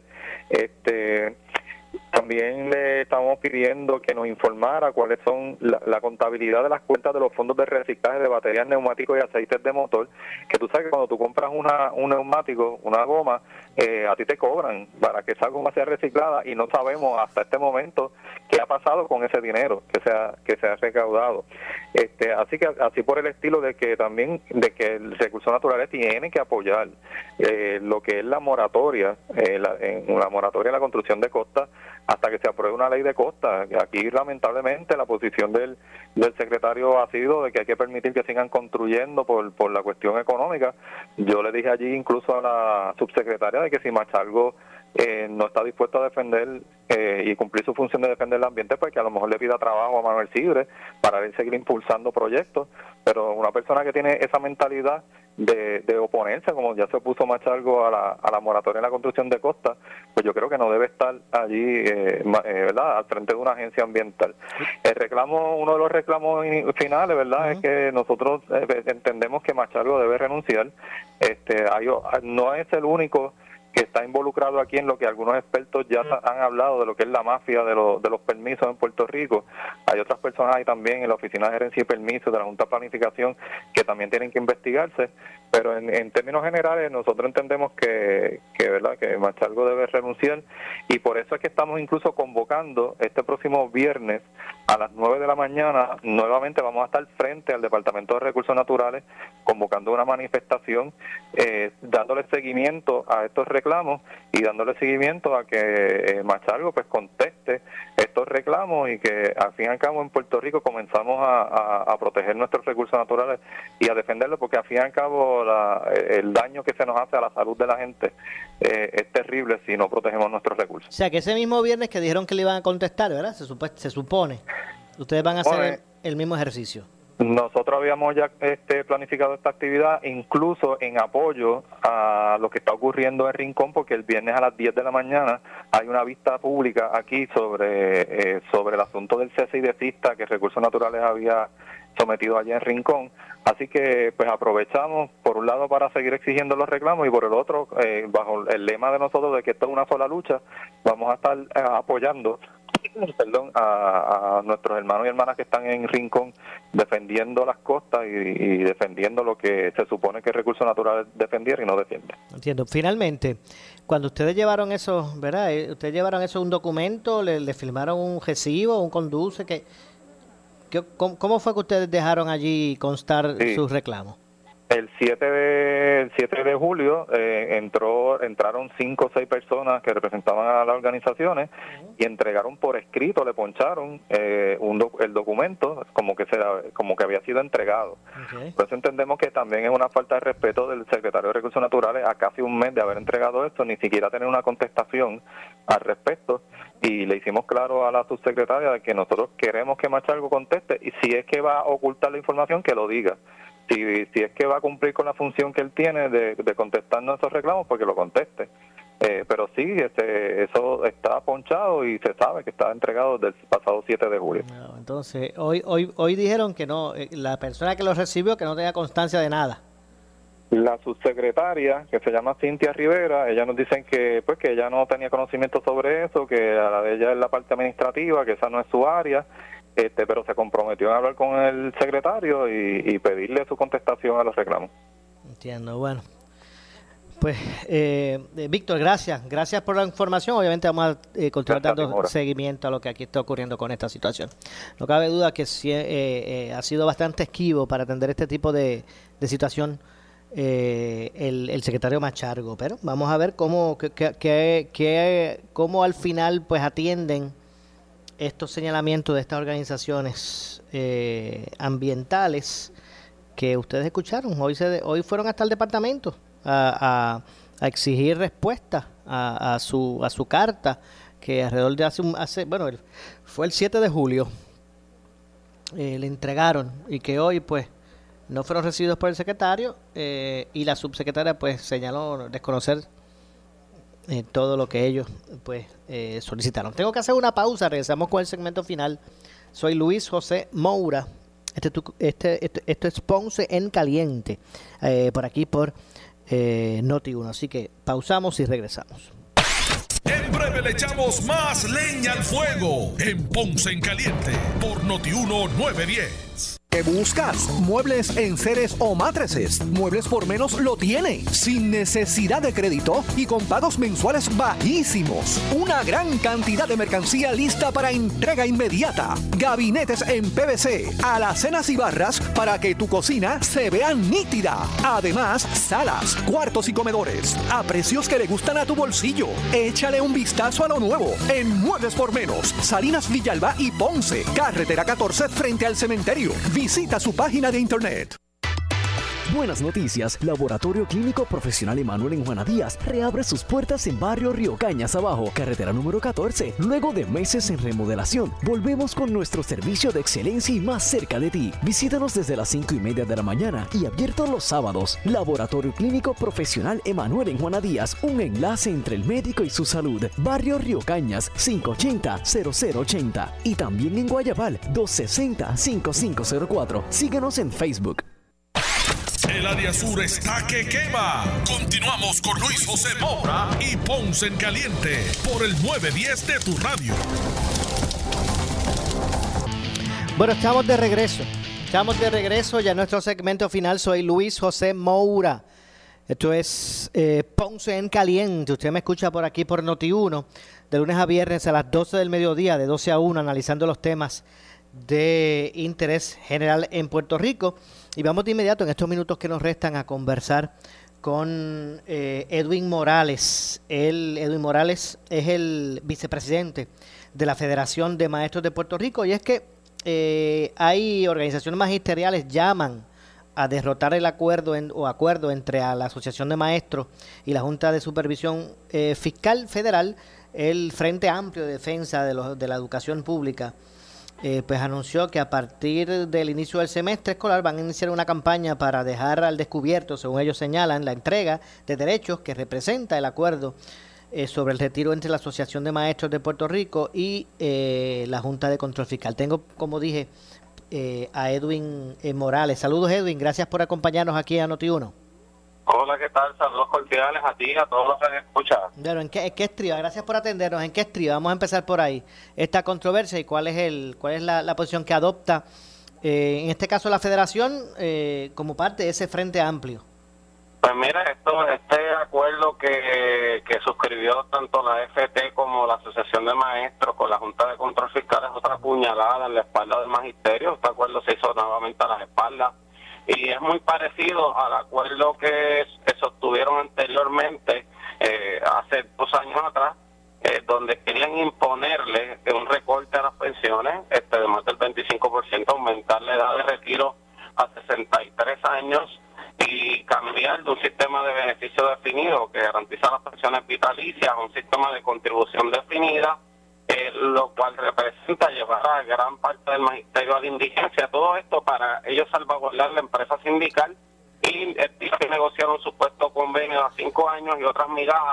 También le estamos pidiendo que nos informara cuáles son la contabilidad de las cuentas de los fondos de reciclaje de baterías, neumáticos y aceites de motor, que tú sabes que cuando tú compras un neumático, una goma, a ti te cobran para que esa goma sea reciclada, y no sabemos hasta este momento qué ha pasado con ese dinero que se ha recaudado. Así que así por el estilo de que el Recursos Naturales tiene que apoyar lo que es la moratoria, la moratoria en la construcción de costas, hasta que se apruebe una ley de costas. Aquí lamentablemente la posición del secretario ha sido de que hay que permitir que sigan construyendo por la cuestión económica. Yo le dije allí incluso a la subsecretaria de que si Machalgo no está dispuesto a defender y cumplir su función de defender el ambiente, pues que a lo mejor le pida trabajo a Manuel Sidre para él seguir impulsando proyectos. Pero una persona que tiene esa mentalidad de oponerse, como ya se opuso Machalgo a la moratoria en la construcción de costas, pues yo creo que no debe estar allí, ¿verdad?, al frente de una agencia ambiental. Uno de los reclamos finales, ¿verdad?, es que nosotros entendemos que Machalgo debe renunciar. No es el único que está involucrado aquí en lo que algunos expertos ya han hablado de lo que es la mafia de los permisos en Puerto Rico. Hay otras personas ahí también en la Oficina de Gerencia y Permisos de la Junta de Planificación que también tienen que investigarse, pero en términos generales nosotros entendemos que Machalgo debe renunciar, y por eso es que estamos incluso convocando este próximo viernes a las 9 de la mañana, nuevamente vamos a estar frente al Departamento de Recursos Naturales convocando una manifestación, dándole seguimiento a estos reclamos y dándole seguimiento a que Machalgo pues conteste estos reclamos, y que al fin y al cabo en Puerto Rico comenzamos a proteger nuestros recursos naturales y a defenderlos, porque al fin y al cabo el daño que se nos hace a la salud de la gente es terrible si no protegemos nuestros recursos. O sea, que ese mismo viernes que dijeron que le iban a contestar, ¿verdad? Se supone, ustedes van a hacer el mismo ejercicio. Nosotros habíamos ya planificado esta actividad incluso en apoyo a lo que está ocurriendo en Rincón, porque el viernes a las 10 de la mañana hay una vista pública aquí sobre el asunto del cese y desista que Recursos Naturales había sometido allá en Rincón. Así que pues aprovechamos por un lado para seguir exigiendo los reclamos, y por el otro, bajo el lema de nosotros de que esto es una sola lucha, vamos a estar apoyando a nuestros hermanos y hermanas que están en Rincón, defendiendo las costas y defendiendo lo que se supone que Recursos Naturales defendiera y no defiende. Entiendo. Finalmente, cuando ustedes llevaron eso, ¿verdad? Ustedes llevaron eso un documento, le firmaron un recibo, un conduce, ¿cómo fue que ustedes dejaron allí constar sus reclamos? El 7 de julio entraron 5 o 6 personas que representaban a las organizaciones y entregaron por escrito, le poncharon el documento como que había sido entregado. Okay. Por eso entendemos que también es una falta de respeto del secretario de Recursos Naturales a casi un mes de haber entregado esto, ni siquiera tener una contestación al respecto. Y le hicimos claro a la subsecretaria de que nosotros queremos que Machalgo conteste, y si es que va a ocultar la información, que lo diga. Si es que va a cumplir con la función que él tiene de contestar nuestros reclamos, pues que lo conteste. Pero sí, eso está ponchado y se sabe que está entregado desde el pasado 7 de julio. No, entonces, hoy dijeron que no, la persona que lo recibió que no tenía constancia de nada. La subsecretaria, que se llama Cintia Rivera, ella nos dicen que pues que ella no tenía conocimiento sobre eso, que a la de ella es la parte administrativa, que esa no es su área, pero se comprometió a hablar con el secretario y pedirle su contestación a los reclamos. Entiendo, bueno. Pues, Víctor, gracias por la información. Obviamente vamos a continuar dando seguimiento a lo que aquí está ocurriendo con esta situación. No cabe duda que sí, ha sido bastante esquivo para atender este tipo de situación el secretario Machargo, pero vamos a ver cómo al final pues atienden estos señalamientos de estas organizaciones ambientales que ustedes escucharon. Hoy fueron hasta el departamento a exigir respuesta a su carta que alrededor de fue el 7 de julio le entregaron y que hoy pues no fueron recibidos por el secretario y la subsecretaria pues señaló desconocer todo lo que ellos pues solicitaron. Tengo que hacer una pausa, regresamos con el segmento final. Soy Luis José Moura. Esto es Ponce en Caliente, por aquí por Noti1. Así que pausamos y regresamos. En breve le echamos más leña al fuego en Ponce en Caliente por Noti1 910. ¿Qué buscas? ¿Muebles, enseres o matrices? Muebles por Menos lo tiene, sin necesidad de crédito y con pagos mensuales bajísimos. Una gran cantidad de mercancía lista para entrega inmediata. Gabinetes en PVC, alacenas y barras para que tu cocina se vea nítida. Además, salas, cuartos y comedores a precios que le gustan a tu bolsillo. Échale un vistazo a lo nuevo en Muebles por Menos, Salinas, Villalba y Ponce, carretera 14 frente al cementerio. Visita su página de internet. Buenas noticias, Laboratorio Clínico Profesional Emanuel en Juana Díaz reabre sus puertas en barrio Río Cañas Abajo, carretera número 14. Luego de meses en remodelación, volvemos con nuestro servicio de excelencia y más cerca de ti. Visítanos desde las 5:30 de la mañana y abierto los sábados. Laboratorio Clínico Profesional Emanuel en Juana Díaz, un enlace entre el médico y su salud. Barrio Río Cañas, 580-0080. Y también en Guayabal, 260-5504. Síguenos en Facebook. El área sur está que quema. Continuamos con Luis José Moura y Ponce en Caliente por el 910 de tu radio. Bueno, estamos de regreso ya en nuestro segmento final. Soy Luis José Moura. Esto es Ponce en Caliente. Usted me escucha por aquí por Noti1 de lunes a viernes a las 12 del mediodía, de 12 a 1, analizando los temas de interés general en Puerto Rico. Y vamos de inmediato en estos minutos que nos restan a conversar con Edwin Morales. Edwin Morales es el vicepresidente de la Federación de Maestros de Puerto Rico, y es que hay organizaciones magisteriales llaman a derrotar el acuerdo entre la Asociación de Maestros y la Junta de Supervisión Fiscal Federal. El Frente Amplio de Defensa de la Educación Pública pues anunció que a partir del inicio del semestre escolar van a iniciar una campaña para dejar al descubierto, según ellos señalan, la entrega de derechos que representa el acuerdo sobre el retiro entre la Asociación de Maestros de Puerto Rico y la Junta de Control Fiscal. Tengo, como dije, a Edwin Morales. Saludos, Edwin, gracias por acompañarnos aquí a Noti1. Hola, ¿qué tal? Saludos cordiales a ti y a todos los que escuchan. Bueno, ¿en qué estriba? Gracias por atendernos. ¿En qué estriba? Vamos a empezar por ahí. Esta controversia y cuál es la posición que adopta, en este caso, la Federación como parte de ese Frente Amplio. Pues mira, este acuerdo que suscribió tanto la FT como la Asociación de Maestros con la Junta de Control Fiscal es otra puñalada en la espalda del magisterio. Este acuerdo se hizo nuevamente a las espaldas y es muy parecido al acuerdo que sostuvieron anteriormente, hace 2 años atrás, donde querían imponerle un recorte a las pensiones de más del 25%, aumentar la edad de retiro a 63 años y cambiar de un sistema de beneficio definido que garantiza las pensiones vitalicias a un sistema de contribución definida, lo cual representa llevar a gran parte del magisterio a la indigencia. Todo esto para ellos salvaguardar la empresa sindical y negociar un supuesto convenio a 5 años y otras migajas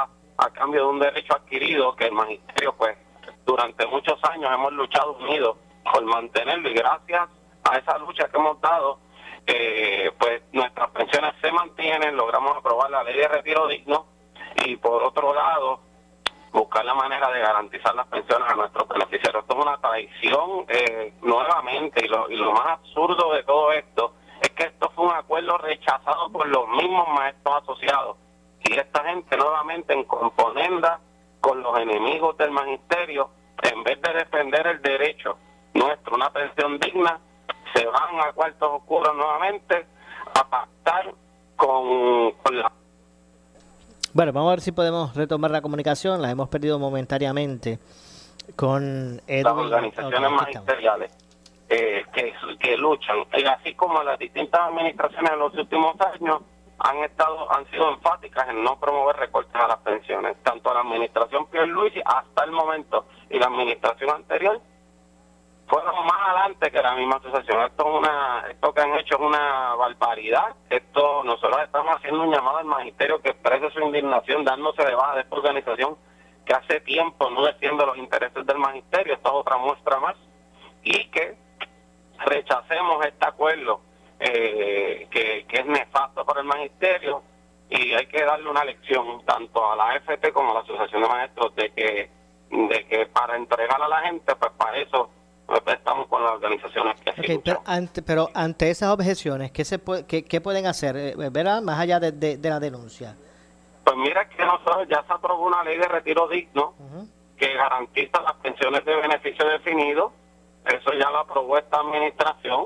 a cambio de un derecho adquirido que el magisterio, pues, durante muchos años hemos luchado unidos por mantenerlo, y gracias a esa lucha que hemos dado, pues nuestras pensiones se mantienen, logramos aprobar la ley de retiro digno, y por otro lado buscar la manera de garantizar las pensiones a nuestros beneficiarios. Esto es una traición nuevamente, y lo más absurdo de todo esto es que esto fue un acuerdo rechazado por los mismos maestros asociados, y esta gente nuevamente en componenda con los enemigos del magisterio, en vez de defender el derecho nuestro, una pensión digna, se van a cuartos oscuros nuevamente a pactar con la... Bueno, vamos a ver si podemos retomar la comunicación. La hemos perdido momentáneamente con Edwin. Las organizaciones magisteriales que luchan, y así como las distintas administraciones en los últimos años han sido enfáticas en no promover recortes a las pensiones, tanto la administración Pierluisi hasta el momento y la administración anterior fueron más adelante que la misma asociación. Esto que han hecho es una barbaridad. Nosotros estamos haciendo un llamado al magisterio que exprese su indignación, dándose de baja de esta organización que hace tiempo no defiende los intereses del magisterio. Esta es otra muestra más, y que rechacemos este acuerdo que es nefasto para el magisterio, y hay que darle una lección tanto a la AFT como a la Asociación de Maestros de que para entregar a la gente, pues para eso estamos con las organizaciones que así luchan. Pero ante esas objeciones, ¿qué pueden hacer, ¿verdad? Más allá de la denuncia? Pues mira que nosotros ya se aprobó una ley de retiro digno que garantiza las pensiones de beneficio definido. Eso ya lo aprobó esta administración.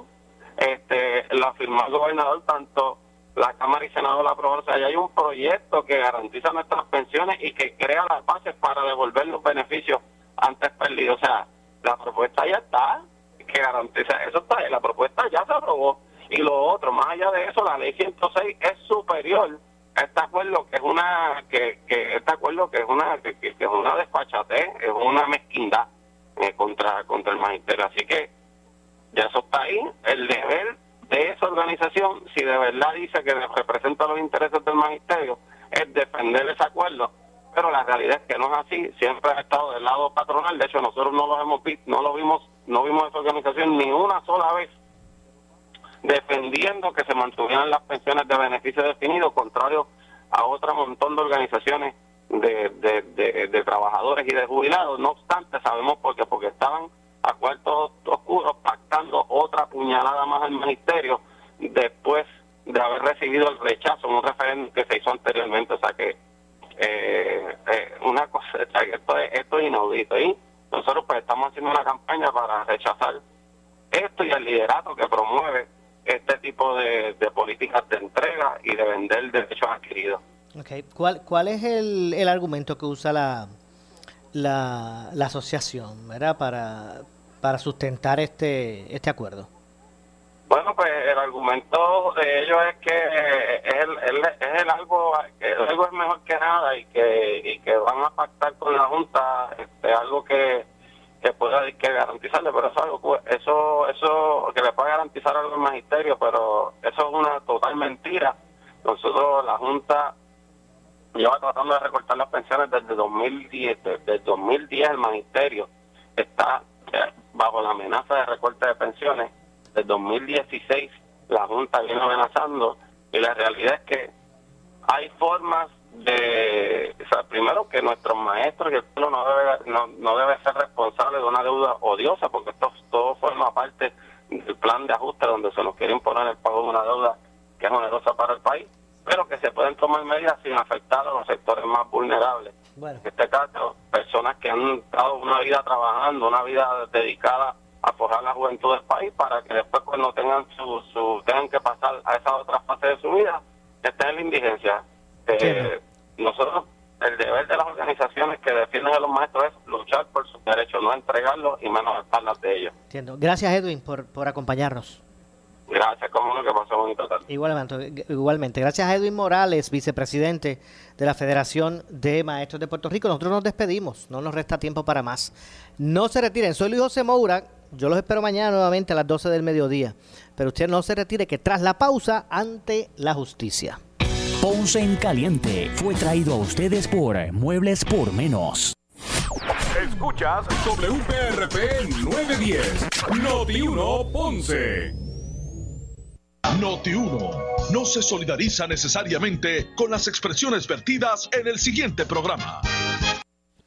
La firmó el gobernador, tanto la Cámara y Senado la aprobaron. O sea, ya hay un proyecto que garantiza nuestras pensiones y que crea las bases para devolver los beneficios antes perdidos. O sea, la propuesta ya está, que garantiza, eso está ahí, la propuesta ya se aprobó. Y lo otro, más allá de eso, la ley 106 es superior a este acuerdo, que es una desfachatez, es una mezquindad contra el magisterio. Así que ya eso está ahí. El deber de esa organización, si de verdad dice que representa los intereses del magisterio, es defender ese acuerdo. Pero la realidad es que no es así. Siempre ha estado del lado patronal. De hecho, nosotros no vimos esa organización ni una sola vez defendiendo que se mantuvieran las pensiones de beneficio definido, contrario a otro montón de organizaciones de trabajadores y de jubilados. No obstante, sabemos porque estaban a cuartos oscuros pactando otra puñalada más al magisterio después de haber recibido el rechazo en un referéndum que se hizo anteriormente. O sea que una cosa, esto es inaudito, y nosotros pues estamos haciendo una campaña para rechazar esto y el liderato que promueve este tipo de políticas de entrega y de vender derechos adquiridos. Okay. ¿Cuál es el argumento que usa la asociación, ¿verdad? para sustentar este acuerdo? Bueno, pues el argumento de ellos es que el algo es mejor que nada, y que van a pactar con la Junta algo que pueda garantizarle, pero eso que le puede garantizar algo al magisterio, pero eso es una total mentira. Nosotros, la Junta lleva tratando de recortar las pensiones desde 2010. Desde 2010 el magisterio está bajo la amenaza de recorte de pensiones. Desde 2016 la Junta viene amenazando, y la realidad es que hay formas primero que nuestros maestros y el pueblo no debe ser responsable de una deuda odiosa, porque esto todo forma parte del plan de ajuste donde se nos quiere imponer el pago de una deuda que es onerosa para el país, pero que se pueden tomar medidas sin afectar a los sectores más vulnerables. Bueno. En este caso, personas que han dado una vida trabajando, una vida dedicada a forjar la juventud del país, para que después cuando tengan tengan que pasar a esa otra fase de su vida, estén en la indigencia. Nosotros, el deber de las organizaciones que defienden a los maestros es luchar por sus derechos, no entregarlos y menos espaldas de ellos. Entiendo. Gracias, Edwin, por acompañarnos. Gracias, cómo no, que pasó bonito tarde. Igualmente. Gracias a Edwin Morales, vicepresidente de la Federación de Maestros de Puerto Rico. Nosotros nos despedimos, no nos resta tiempo para más. No se retiren, soy Luis José Moura, yo los espero mañana nuevamente a las 12 del mediodía. Pero usted no se retire, que tras la pausa, ante la justicia. Ponce en Caliente fue traído a ustedes por Muebles por Menos. Escuchas WPRP 910, Noti1 Ponce. Noti1 no se solidariza necesariamente con las expresiones vertidas en el siguiente programa.